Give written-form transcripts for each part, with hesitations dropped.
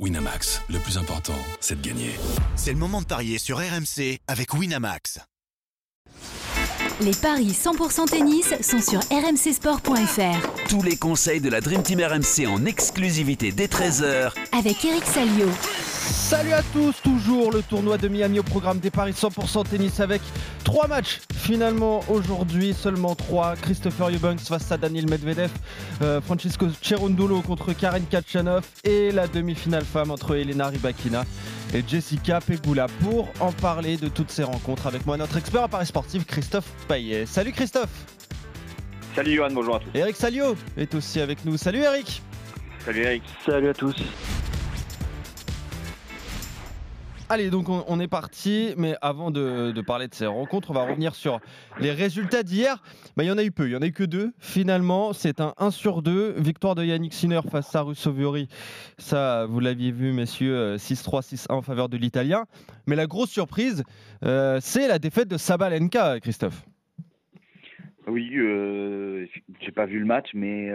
Winamax, le plus important, c'est de gagner. C'est le moment de parier sur RMC avec Winamax. Les paris 100% tennis sont sur rmcsport.fr. Tous les conseils de la Dream Team RMC en exclusivité dès 13h Avec Eric Salio. Salut à tous, toujours le tournoi de Miami au programme des paris 100% tennis avec 3 matchs finalement aujourd'hui, seulement 3. Christopher Eubanks face à Daniil Medvedev, Francisco Cerundolo contre Karen Khachanov et la demi-finale femme entre Elena Rybakina et Jessica Pegula. Pour en parler de toutes ces rencontres avec moi, notre expert en paris sportif Christophe Payet. Salut Christophe. Salut Johan, bonjour à tous. Eric Salio est aussi avec nous. Salut Eric. Salut Eric. Salut à tous. Allez, donc on est parti, mais avant de parler de ces rencontres, on va revenir sur les résultats d'hier. Il y en a eu peu, il n'y en a eu que 2. Finalement, c'est un 1/2. Victoire de Yannick Sinner face à Russo Viori. Ça, vous l'aviez vu, messieurs, 6-3, 6-1 en faveur de l'Italien. Mais la grosse surprise, c'est la défaite de Sabalenka, Christophe. Oui, j'ai pas vu le match, mais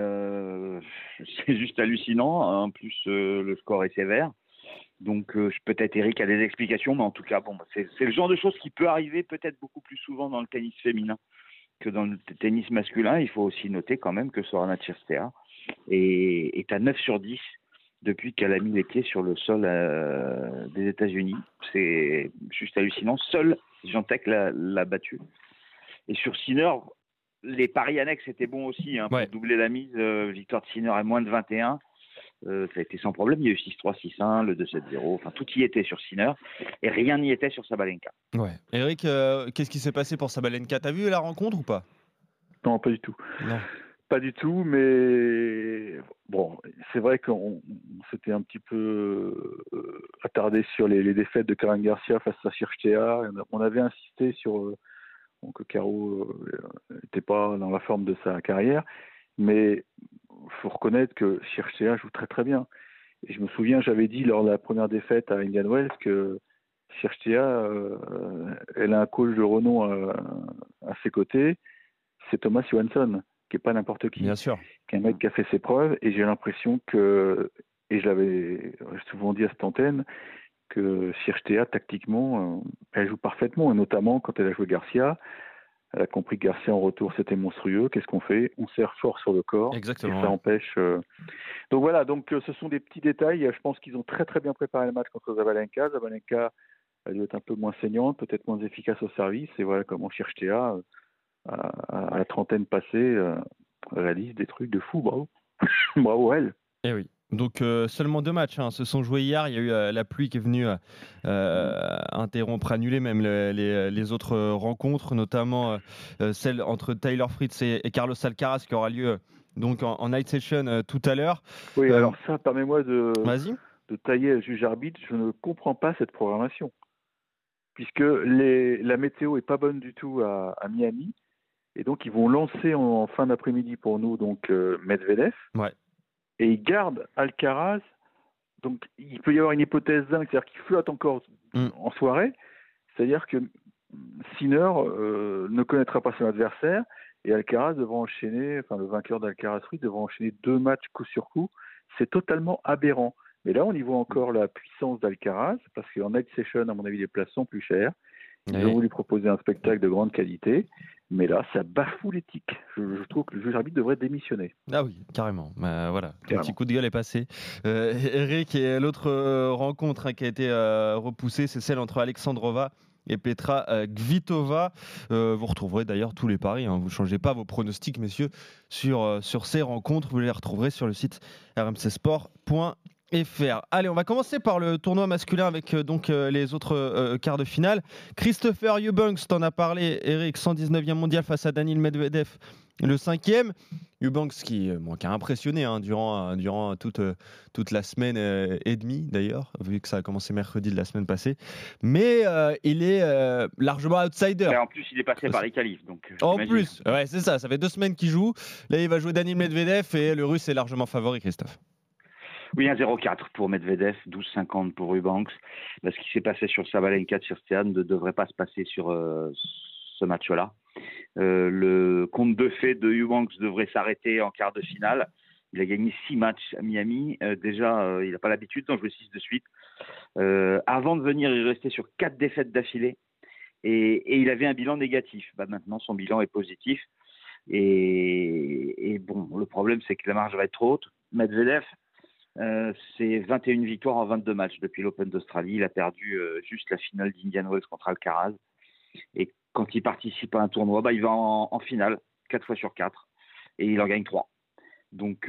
c'est juste hallucinant. En plus, le score est sévère. Donc peut-être Eric a des explications, mais en tout cas, c'est le genre de choses qui peut arriver peut-être beaucoup plus souvent dans le tennis féminin que dans le tennis masculin. Il faut aussi noter quand même que Sorana Cîrstea est à 9 sur 10 depuis qu'elle a mis les pieds sur le sol des États-Unis. C'est juste hallucinant. Seul Swiatek l'a battu. Et sur Sinner, les paris annexes étaient bons aussi pour doubler la mise. Victoire de Sinner à moins de 21. Ça a été sans problème, il y a eu 6-3, 6-1, le 2-7-0, enfin tout y était sur Sinner et rien n'y était sur Sabalenka. Ouais. Eric, qu'est-ce qui s'est passé pour Sabalenka ? T'as vu la rencontre ou pas ? Non, pas du tout. Non. Pas du tout, mais bon, c'est vrai qu'on s'était un petit peu attardé sur les défaites de Karen Garcia face à Cîrstea. On avait insisté sur que Caro n'était pas dans la forme de sa carrière, mais il faut reconnaître que Cîrstea joue très très bien. Et je me souviens, j'avais dit lors de la première défaite à Indian Wells que Cîrstea, elle a un coach de renom à ses côtés, c'est Thomas Johansson, qui n'est pas n'importe qui. Bien sûr. Qui est un mec qui a fait ses preuves, et j'ai l'impression que, et je l'avais souvent dit à cette antenne, que Cîrstea, tactiquement, elle joue parfaitement, et notamment quand elle a joué Garcia. Elle a compris que Garcia en retour c'était monstrueux. Qu'est-ce qu'on fait ? On serre fort sur le corps. Exactement. Et ça empêche. Donc voilà, ce sont des petits détails. Je pense qu'ils ont très très bien préparé le match contre Sabalenka. Sabalenka, elle doit être un peu moins saignante, peut-être moins efficace au service. Et voilà comment Cîrstea, à la trentaine passée, réalise des trucs de fou. Bravo. Bravo elle. Eh oui. Donc seulement 2 matchs se sont joués hier. Il y a eu la pluie qui est venue interrompre, annuler même les autres rencontres, notamment celle entre Taylor Fritz et Carlos Alcaraz qui aura lieu donc en night session tout à l'heure. Oui, alors ça, permets-moi de tailler le juge arbitre. Je ne comprends pas cette programmation, puisque la météo est pas bonne du tout à Miami, et donc ils vont lancer en fin d'après-midi pour nous donc Medvedev. Ouais. Et il garde Alcaraz, donc il peut y avoir une hypothèse dingue, c'est-à-dire qu'il flotte encore en soirée, c'est-à-dire que Sinner ne connaîtra pas son adversaire, et Alcaraz devra enchaîner, le vainqueur d'Alcaraz-Fritz devra enchaîner 2 matchs coup sur coup. C'est totalement aberrant. Mais là, on y voit encore la puissance d'Alcaraz, parce qu'en night session, à mon avis, les places sont plus chères. Ils ont voulu proposer un spectacle de grande qualité, mais là, ça bafoue l'éthique. Je trouve que le juge arbitre devrait démissionner. Ah oui, carrément. Voilà, le petit coup de gueule est passé. Eric, et l'autre rencontre qui a été repoussée, c'est celle entre Alexandrova et Petra Kvitova. Vous retrouverez d'ailleurs tous les paris. Vous ne changez pas vos pronostics, messieurs, sur ces rencontres. Vous les retrouverez sur le site rmcsport.fr. Allez, on va commencer par le tournoi masculin avec les autres quarts de finale. Christopher Eubanks, t'en as parlé, Eric, 119e mondial face à Daniil Medvedev, le 5e. Eubanks qui a impressionné durant toute la semaine et demie d'ailleurs, vu que ça a commencé mercredi de la semaine passée. Mais il est largement outsider. Et en plus, il est passé par les qualifs. En plus, ouais, c'est ça. Ça fait 2 semaines qu'il joue. Là, il va jouer Daniil Medvedev et le Russe est largement favori, Christophe. Oui, 1-0-4 pour Medvedev, 12-50 pour Eubanks. Ce qui s'est passé sur Sabalenka, Cîrstea ne devrait pas se passer sur ce match-là. Le conte de fées de Eubanks devrait s'arrêter en quart de finale. Il a gagné 6 matchs à Miami. Déjà, il n'a pas l'habitude d'en jouer 6 de suite. Avant de venir, il restait sur 4 défaites d'affilée. Et il avait un bilan négatif. Maintenant, son bilan est positif. Et bon, le problème, c'est que la marge va être trop haute. Medvedev, c'est 21 victoires en 22 matchs depuis l'Open d'Australie. Il a perdu juste la finale d'Indian Wells contre Alcaraz. Et quand il participe à un tournoi, il va en finale, 4 fois sur 4. Et il en gagne 3. Donc,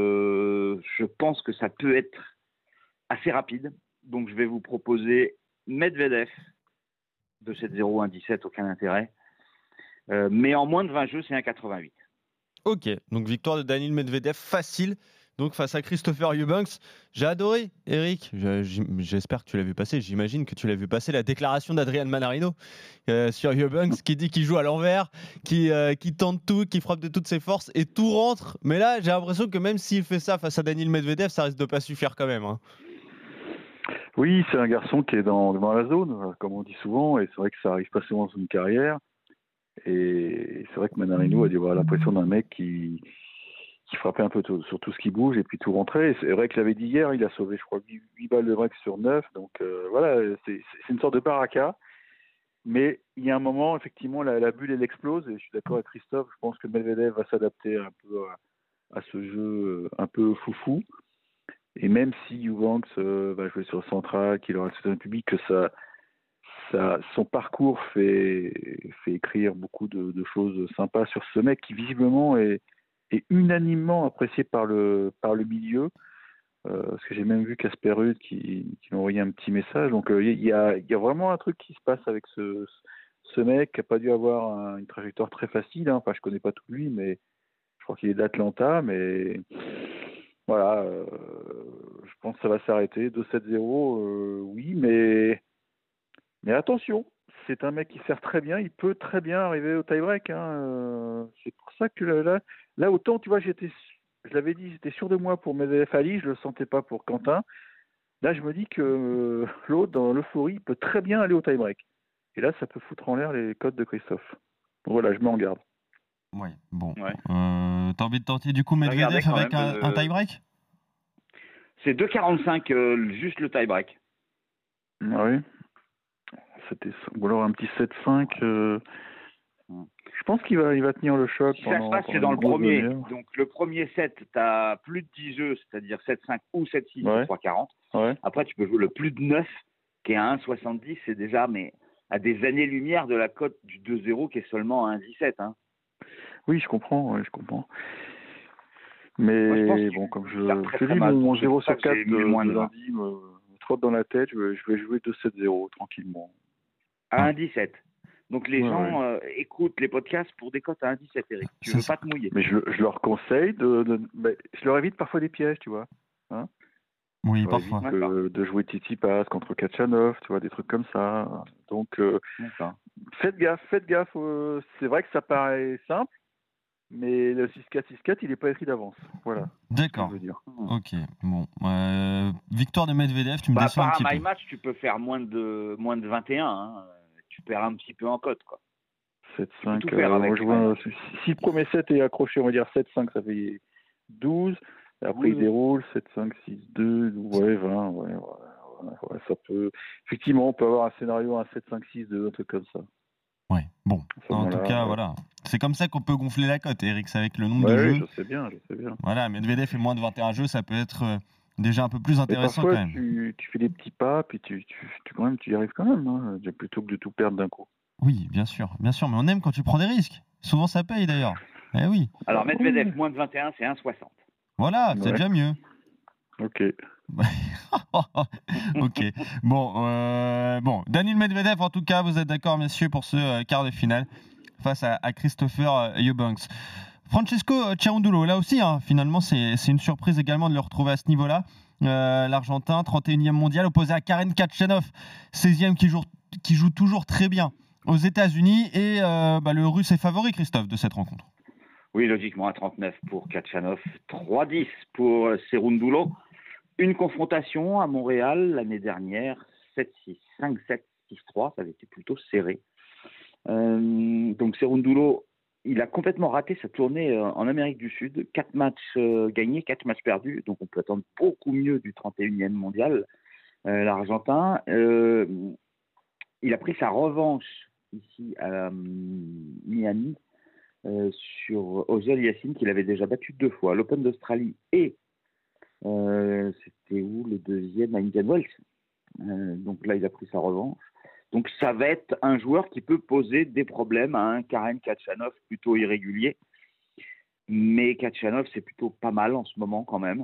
je pense que ça peut être assez rapide. Donc, je vais vous proposer Medvedev, 2-7-0, 1-17, aucun intérêt. Mais en moins de 20 jeux, c'est 1,88. Ok, donc victoire de Daniil Medvedev facile. Donc face à Christopher Eubanks, j'ai adoré, Eric. J'espère que tu l'as vu passer. J'imagine que tu l'as vu passer la déclaration d'Adrian Manarino sur Eubanks qui dit qu'il joue à l'envers, qui tente tout, qui frappe de toutes ses forces et tout rentre. Mais là, j'ai l'impression que même s'il fait ça face à Daniil Medvedev, ça risque de pas suffire quand même. Oui, c'est un garçon qui est dans la zone, comme on dit souvent, et c'est vrai que ça arrive pas souvent dans une carrière. Et c'est vrai que Manarino a dû avoir l'impression d'un mec qui frappait un peu sur tout ce qui bouge et puis tout rentrait. Et c'est vrai que je l'avais dit hier, il a sauvé, je crois, 8 balles de break sur 9. Donc voilà, c'est une sorte de baraka. Mais il y a un moment, effectivement, la bulle, elle explose. Et je suis d'accord avec Christophe, je pense que Medvedev va s'adapter un peu à ce jeu un peu foufou. Et même si Eubanks va jouer sur le central, qu'il aura le soutien du public, que son parcours fait écrire beaucoup de choses sympas sur ce mec qui visiblement est unanimement apprécié par le milieu. Parce que j'ai même vu Casper Ruud qui m'a envoyé un petit message. Donc il y a vraiment un truc qui se passe avec ce mec qui n'a pas dû avoir une trajectoire très facile. Enfin, je connais pas tout lui, mais je crois qu'il est d'Atlanta. Mais voilà, je pense que ça va s'arrêter. 2-7-0, oui, mais attention, c'est un mec qui sert très bien, il peut très bien arriver au tie-break. C'est pour ça que là autant, tu vois, je l'avais dit, j'étais sûr de moi pour Medvedev Ali, je le sentais pas pour Quentin. Là, je me dis que l'autre, dans l'euphorie, il peut très bien aller au tie-break. Et là, ça peut foutre en l'air les codes de Christophe. Voilà, je me regarde. Ouais, bon. Ouais. T'as envie de tenter du coup Medvedev avec un tie-break ? C'est 2,45 juste le tie-break. Ah oui. Ou alors un petit 7-5. Je pense qu'il va tenir le choc. Si ça se passe, c'est dans le premier. Donc le premier set, tu as plus de 10 jeux, c'est-à-dire 7-5 ou 7-6, ouais. 3,40. Ouais. Après, tu peux jouer le plus de 9, qui est à 1,70. C'est déjà mais à des années-lumière de la cote du 2-0, qui est seulement à 1,17. Oui, je comprends. Mais moi, bon, comme je te dis, mon 0 sur 4 de lundi me trotte dans la tête. Je vais jouer 2-7-0 tranquillement. À 1,17. Donc les gens écoutent les podcasts pour des cotes à 1,17, Eric. Tu veux pas te mouiller. Mais je leur conseille je leur évite parfois des pièges, tu vois. Oui, parfois. De jouer Tsitsipas contre Khachanov, tu vois, des trucs comme ça. Donc faites gaffe. C'est vrai que ça paraît simple, mais le 6-4, 6-4, il n'est pas écrit d'avance. Voilà. D'accord. Ok. Bon. Victoire de Medvedev, tu me déçois un petit peu. Par match, tu peux faire moins de 21. Tu perds un petit peu en cote, quoi. 7-5. Si le premier set est accroché, on va dire 7-5, ça fait 12. Et après, il déroule 7-5, 6-2, 20. Ouais, ça peut. Effectivement, on peut avoir un scénario, un 7-5, 6-2, un truc comme ça. Ouais, bon. En tout cas, voilà. C'est comme ça qu'on peut gonfler la cote, Eric, c'est avec le nombre de jeux. Je sais bien. Voilà, Medvedev et moins de 21 jeux, ça peut être déjà un peu plus intéressant parfois, quand même. Tu fais des petits pas, puis tu y arrives quand même, plutôt que de tout perdre d'un coup. Oui, bien sûr, mais on aime quand tu prends des risques. Souvent, ça paye d'ailleurs. Eh oui. Alors, Medvedev, moins de 21, c'est 1,60. Voilà, c'est déjà mieux. Ok. Ok. Bon, Daniil Medvedev, en tout cas, vous êtes d'accord, messieurs, pour ce quart de finale face à Christopher Eubanks. Francesco Cerundolo, là aussi, finalement, c'est une surprise également de le retrouver à ce niveau-là. L'Argentin, 31e mondial, opposé à Karen Khachanov, 16e, qui joue toujours très bien aux États-Unis. Et le Russe est favori, Christophe, de cette rencontre. Oui, logiquement, à 39 pour Khachanov, 3-10 pour Cerundolo. Une confrontation à Montréal l'année dernière, 7-6, 5-7, 6-3, ça avait été plutôt serré. Donc Cerundolo il a complètement raté sa tournée en Amérique du Sud. 4 matchs gagnés, 4 matchs perdus. Donc on peut attendre beaucoup mieux du 31e mondial, l'Argentin. Il a pris sa revanche ici à Miami sur Ozell Yassin, qu'il avait déjà battu 2 fois, à l'Open d'Australie et c'était où le deuxième, à Indian Wells. Donc là, il a pris sa revanche. Donc ça va être un joueur qui peut poser des problèmes à un Karen Khachanov plutôt irrégulier. Mais Khachanov, c'est plutôt pas mal en ce moment quand même.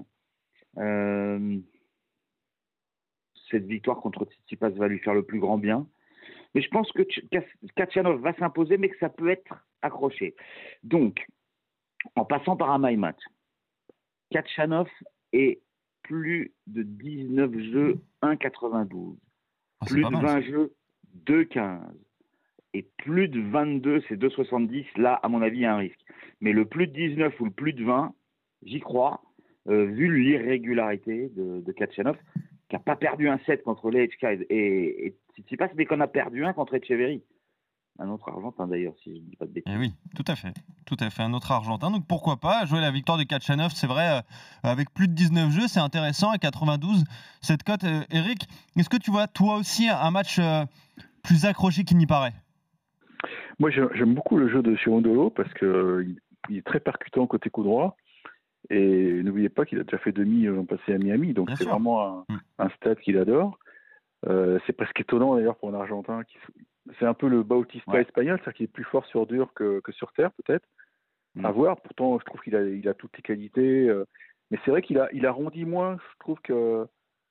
Cette victoire contre Tsitsipas va lui faire le plus grand bien. Mais je pense que Khachanov va s'imposer, mais que ça peut être accroché. Donc, en passant par un my match, Khachanov est plus de 19 jeux, 1,92. Plus de 20 jeux, 2,15. Et plus de 22, c'est 2,70. Là, à mon avis, il y a un risque. Mais le plus de 19 ou le plus de 20, j'y crois, vu l'irrégularité de Khachanov, qui n'a pas perdu un set contre Lehečka et Tsitsipas, mais qu'on a perdu un contre Etcheverry. Un autre Argentin d'ailleurs, si je ne dis pas de bêtises. Et oui, tout à fait, un autre Argentin. Donc pourquoi pas jouer la victoire de Khachanov, c'est vrai, avec plus de 19 jeux, c'est intéressant, à 92, cette cote. Eric, est-ce que tu vois toi aussi un match plus accroché qu'il n'y paraît? Moi j'aime beaucoup le jeu de Cherundolo parce qu'il est très percutant côté coup droit. Et n'oubliez pas qu'il a déjà fait demi l'an passé à Miami, donc c'est vraiment un stade qu'il adore. C'est presque étonnant d'ailleurs pour un Argentin. C'est un peu le Bautista espagnol, c'est-à-dire qu'il est plus fort sur dur que sur terre peut-être. À voir, pourtant je trouve qu'il a toutes les qualités. Mais c'est vrai qu'il arrondit moins, je trouve que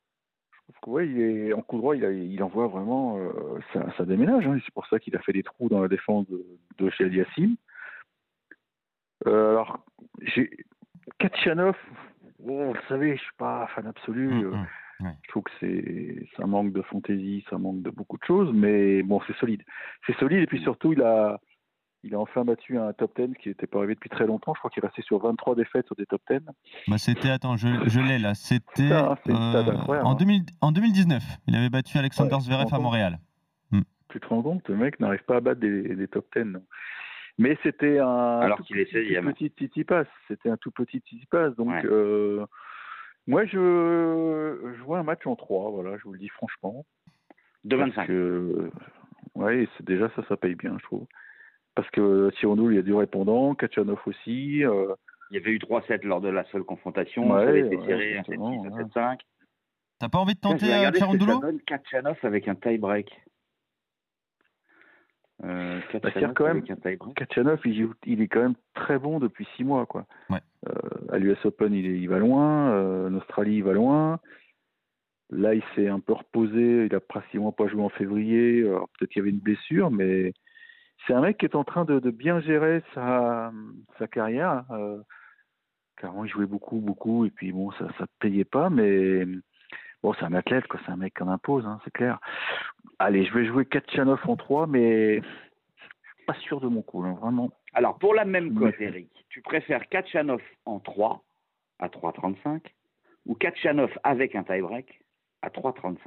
ouais, en coup droit, il envoie vraiment, ça déménage. Hein, c'est pour ça qu'il a fait des trous dans la défense de chez Yassin. Alors, Khachanov, vous le savez, je ne suis pas fan absolu. Je trouve que ça manque de fantaisie, ça manque de beaucoup de choses, mais bon, c'est solide. C'est solide, et puis surtout, il a enfin battu un top 10 qui n'était pas arrivé depuis très longtemps. Je crois qu'il est resté sur 23 défaites sur des top 10. Bah c'était, attends, je l'ai là, c'était en 2019. Il avait battu Alexander Zverev à Montréal. Tu te rends compte, le mec n'arrive pas à battre des top 10. Non. Mais c'était un petit Tsitsipas. C'était un tout petit Tsitsipas. Donc, moi, je vois un match en 3. Voilà, je vous le dis franchement. De 25. Oui, déjà ça paye bien, je trouve. Parce que Cherundolo, il y a du répondant, Khachanov aussi. Il y avait eu 3-7 lors de la seule confrontation. Ça avait été tiré 7-6 à 7-5. T'as pas envie de tenter Cherundolo? Khachanov avec un tie-break. Khachanov, il est quand même très bon depuis 6 mois, quoi. Ouais. À l'US Open, il va loin. En Australie, il va loin. Là, il s'est un peu reposé. Il a pratiquement pas joué en février. Alors, peut-être qu'il y avait une blessure, mais c'est un mec qui est en train de bien gérer sa carrière. Clairement, il jouait beaucoup, et puis bon, ça ne payait pas, mais bon, c'est un athlète, quoi. C'est un mec qu'on impose, hein, c'est clair. Allez, je vais jouer Khachanov en 3, mais je suis pas sûr de mon coup, hein, vraiment. Alors, pour la même cote, Eric, tu préfères Khachanov en 3 à 3,35 ou Khachanov avec un tie-break à 3,35?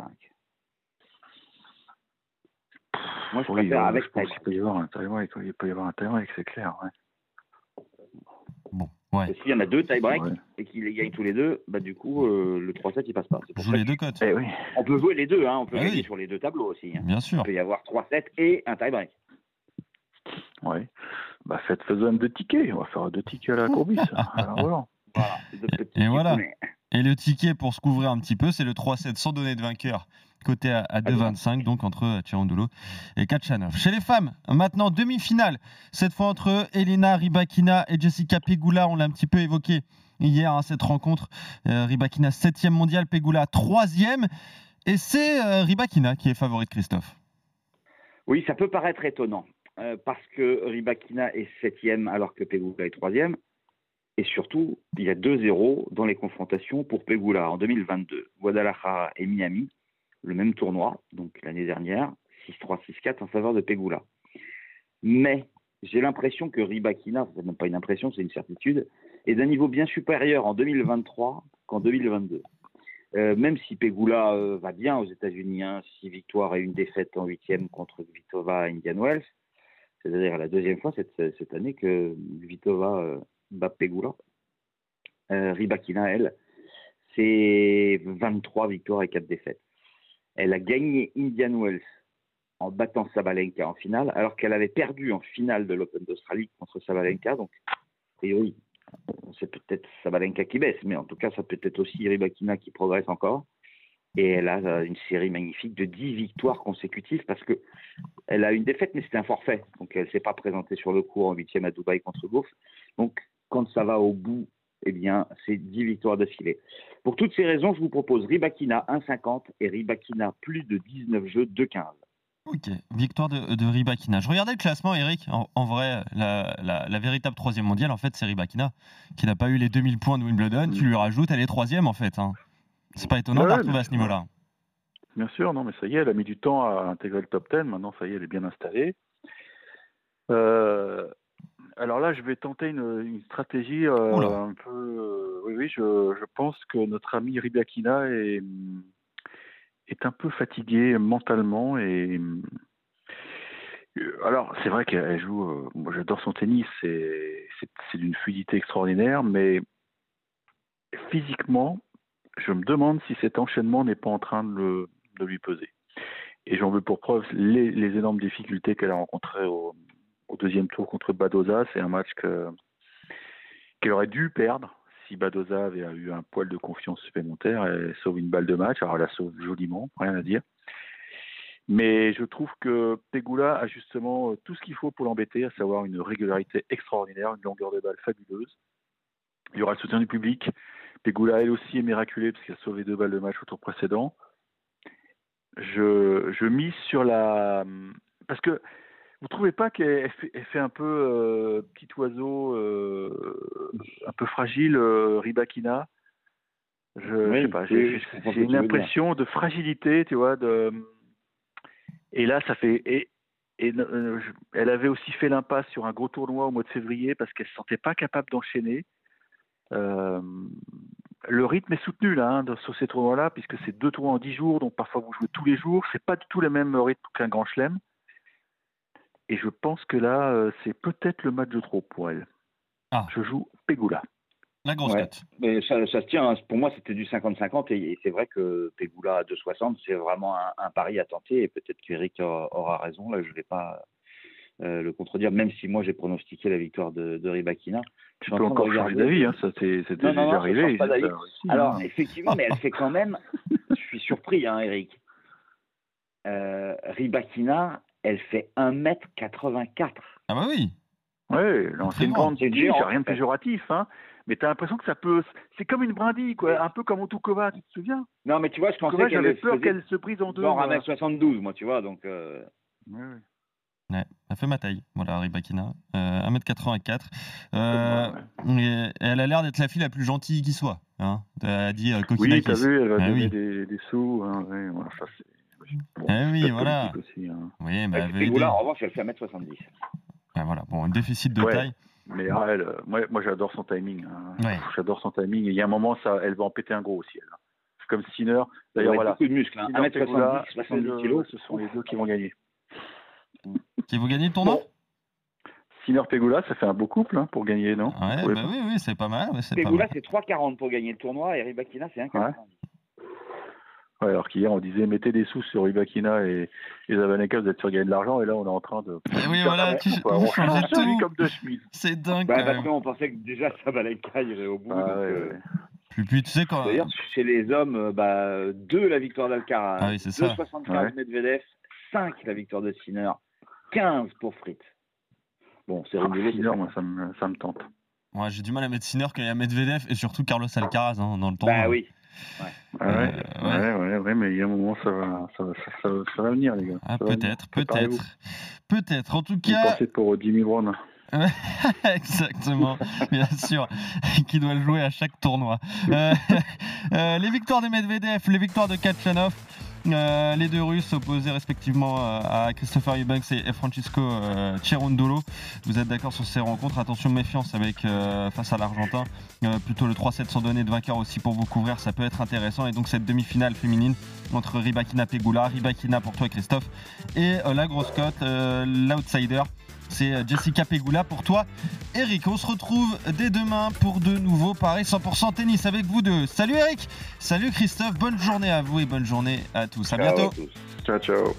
Moi, je préfère avec tie-break. Il peut y avoir un tie-break, c'est clair, ouais. Bon, ouais. Et s'il y en a 2 tie-break et qu'ils les gagnent tous les deux, bah du coup, le 3-7, il passe pas. C'est pour joue les 2 cotes. Oui. On peut jouer les 2, hein. On peut gagner sur les 2 tableaux aussi. Hein. Bien sûr. Il peut y avoir 3-7 et un tie-break. Oui. Bah, faisons 2 tickets. On va faire 2 tickets à la Courbis. Alors, voilà. Et voilà. Et le ticket pour se couvrir un petit peu, c'est le 3-7 sans donner de vainqueur, coté à 2,25, donc entre Cherundolo et Khachanov. Chez les femmes, maintenant demi-finale, cette fois entre Elena Rybakina et Jessica Pegula. On l'a un petit peu évoqué hier, hein, cette rencontre. Rybakina 7e mondiale, Pegula 3e. Et c'est Rybakina qui est favorite, Christophe. Oui, ça peut paraître étonnant, parce que Rybakina est 7e alors que Pegula est 3e. Et surtout, il y a 2-0 dans les confrontations pour Pegula en 2022. Guadalajara et Miami, le même tournoi, donc l'année dernière, 6-3, 6-4 en faveur de Pegula. Mais j'ai l'impression que Rybakina, c'est même pas une impression, c'est une certitude, est d'un niveau bien supérieur en 2023 qu'en 2022. Même si Pegula va bien aux États-Unis, 6 victoires et 1 défaite en 8e contre Kvitova à Indian Wells, C'est-à-dire la deuxième fois cette année que Kvitova bat Pegula. Rybakina, elle, c'est 23 victoires et 4 défaites. Elle a gagné Indian Wells en battant Sabalenka en finale, alors qu'elle avait perdu en finale de l'Open d'Australie contre Sabalenka. Donc, a priori, c'est peut-être Sabalenka qui baisse, mais en tout cas, ça peut être aussi Rybakina qui progresse encore. Et elle a une série magnifique de 10 victoires consécutives parce qu'elle a une défaite, mais c'était un forfait. Donc, elle ne s'est pas présentée sur le court en 8e à Dubaï contre Gauff. Donc, quand ça va au bout, eh bien, c'est 10 victoires d'affilée. Pour toutes ces raisons, je vous propose Rybakina 1,50 et Rybakina plus de 19 jeux 2,15. Ok, victoire de Rybakina. Je regardais le classement, Eric. En vrai, la véritable troisième mondiale, en fait, c'est Rybakina, qui n'a pas eu les 2000 points de Wimbledon. Tu lui rajoutes, elle est troisième, en fait. Hein. C'est pas étonnant de la retrouver à ce niveau-là. Bien sûr, non, mais ça y est, elle a mis du temps à intégrer le top 10. Maintenant, ça y est, elle est bien installée. Alors là, je vais tenter une stratégie un peu... oui, je pense que notre ami Rybakina est un peu fatiguée mentalement. Et alors, c'est vrai qu'elle joue... moi, j'adore son tennis. C'est d'une fluidité extraordinaire, mais physiquement, je me demande si cet enchaînement n'est pas en train de lui peser. Et j'en veux pour preuve les énormes difficultés qu'elle a rencontrées au deuxième tour contre Badosa. C'est un match qu'elle aurait dû perdre si Badosa avait eu un poil de confiance supplémentaire. Elle sauve une balle de match. Alors elle la sauve joliment, rien à dire. Mais je trouve que Pegula a justement tout ce qu'il faut pour l'embêter, à savoir une régularité extraordinaire, une longueur de balle fabuleuse. Il y aura le soutien du public. Pegula, elle aussi, est miraculée parce qu'elle a sauvé 2 balles de match au tour précédent. Je mise sur la... Parce que vous ne trouvez pas qu'elle fait un peu petit oiseau, un peu fragile, Rybakina? Je sais pas, j'ai une impression de fragilité, tu vois. Et là, ça fait... elle avait aussi fait l'impasse sur un gros tournoi au mois de février parce qu'elle ne se sentait pas capable d'enchaîner. Le rythme est soutenu là, sur ces tournois-là, puisque c'est 2 tournois en 10 jours, donc parfois vous jouez tous les jours. C'est pas du tout le même rythme qu'un grand chelem. Et je pense que là, c'est peut-être le match de trop pour elle. Je joue Pegula. La grosse cote. Mais ça se tient. Pour moi, c'était du 50-50 et c'est vrai que Pegula à 2,60, c'est vraiment un pari à tenter. Et peut-être qu'Eric aura raison. Là, je ne vais pas le contredire, même si moi j'ai pronostiqué la victoire de Rybakina. Tu peux encore changer d'avis, hein, ça c'était déjà arrivé. Pas d'avis. Alors effectivement, mais elle fait quand même, je suis surpris, hein, Eric. Rybakina, elle fait 1m84. Ah bah oui. Oui, c'est une grande j'ai rien de péjoratif, hein. Mais t'as l'impression que ça peut... C'est comme une brindille, quoi. Un peu comme Ottukova, tu te souviens? Non, mais tu vois, je pensais j'avais peur qu'elle se brise en deux. Genre 1m72, moi, tu vois, donc... Ouais, elle fait ma taille, voilà, Rybakina, 1m84. Elle a l'air d'être la fille la plus gentille qui soit. Hein. Elle a dit Coquina. Oui, t'as vu, elle va donner des sous. Hein, ouais, voilà, ça, oui, voilà. Aussi, hein. Oui, bah, Pegula, en revanche, elle fait 1m70. Ben voilà, bon, un déficit de taille. Mais elle, moi j'adore son timing. Hein. Ouais. J'adore son timing. Et il y a un moment, elle va en péter un gros aussi. Elle. Comme Sinner. D'ailleurs, voilà. Beaucoup de muscles. Hein. 1m70, 70 kilos. Ce sont les deux qui vont gagner. Qui vont gagner le tournoi? Bon. Sinner Pegula, ça fait un beau couple hein, pour gagner, non? Ouais, bah oui, c'est pas mal. Pegula, c'est 3,40 pour gagner le tournoi et Rybakina, c'est 1,90. Ouais, alors qu'hier, on disait mettez des sous sur Rybakina et Zabalenka, vous êtes sûr de gagner de l'argent, et là, on est en train de. Oui, voilà, on change tout. Comme 2 chemises. C'est dingue. Parce qu'on pensait que déjà Zabalenka irait au bout. Puis tu sais quand. D'ailleurs, chez les hommes, 2 la victoire d'Alcaraz, 2,75 Medvedev, 5 la victoire de Sinner, 15 pour Fritz. Bon, c'est rigolo. Sinner, moi, ça me tente. Ouais, j'ai du mal à mettre Sinner quand il y a Medvedev et surtout Carlos Alcaraz dans le tournoi. Bah oui. Ouais, mais il y a un moment, ça va venir, les gars. Peut-être. En tout cas. Vous pensez pour Jimmy Brown. Exactement, bien sûr, qui doit le jouer à chaque tournoi. Les victoires de Medvedev, les victoires de Kachanov, les 2 Russes opposés respectivement à Christopher Eubanks et Francisco Cerundolo. Vous êtes d'accord sur ces rencontres? Attention, méfiance avec face à l'Argentin. Plutôt le 3-7 sans donner de vainqueur aussi pour vous couvrir, ça peut être intéressant. Et donc cette demi-finale féminine entre Rybakina Pegula, Rybakina pour toi Christophe, et la grosse cote, l'outsider C'est Jessica Pegula pour toi, Eric. On se retrouve dès demain pour de nouveaux paris 100% tennis avec vous deux. Salut Eric, salut Christophe, bonne journée à vous et bonne journée à tous. À bientôt. Ciao, ciao.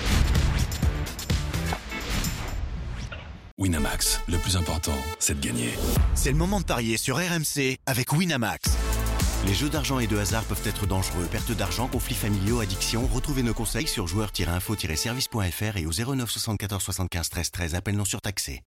Winamax, le plus important, c'est de gagner. C'est le moment de parier sur RMC avec Winamax. Les jeux d'argent et de hasard peuvent être dangereux. Perte d'argent, conflits familiaux, addiction. Retrouvez nos conseils sur joueurs-info-service.fr et au 09 74 75 13 13. Appel non surtaxé.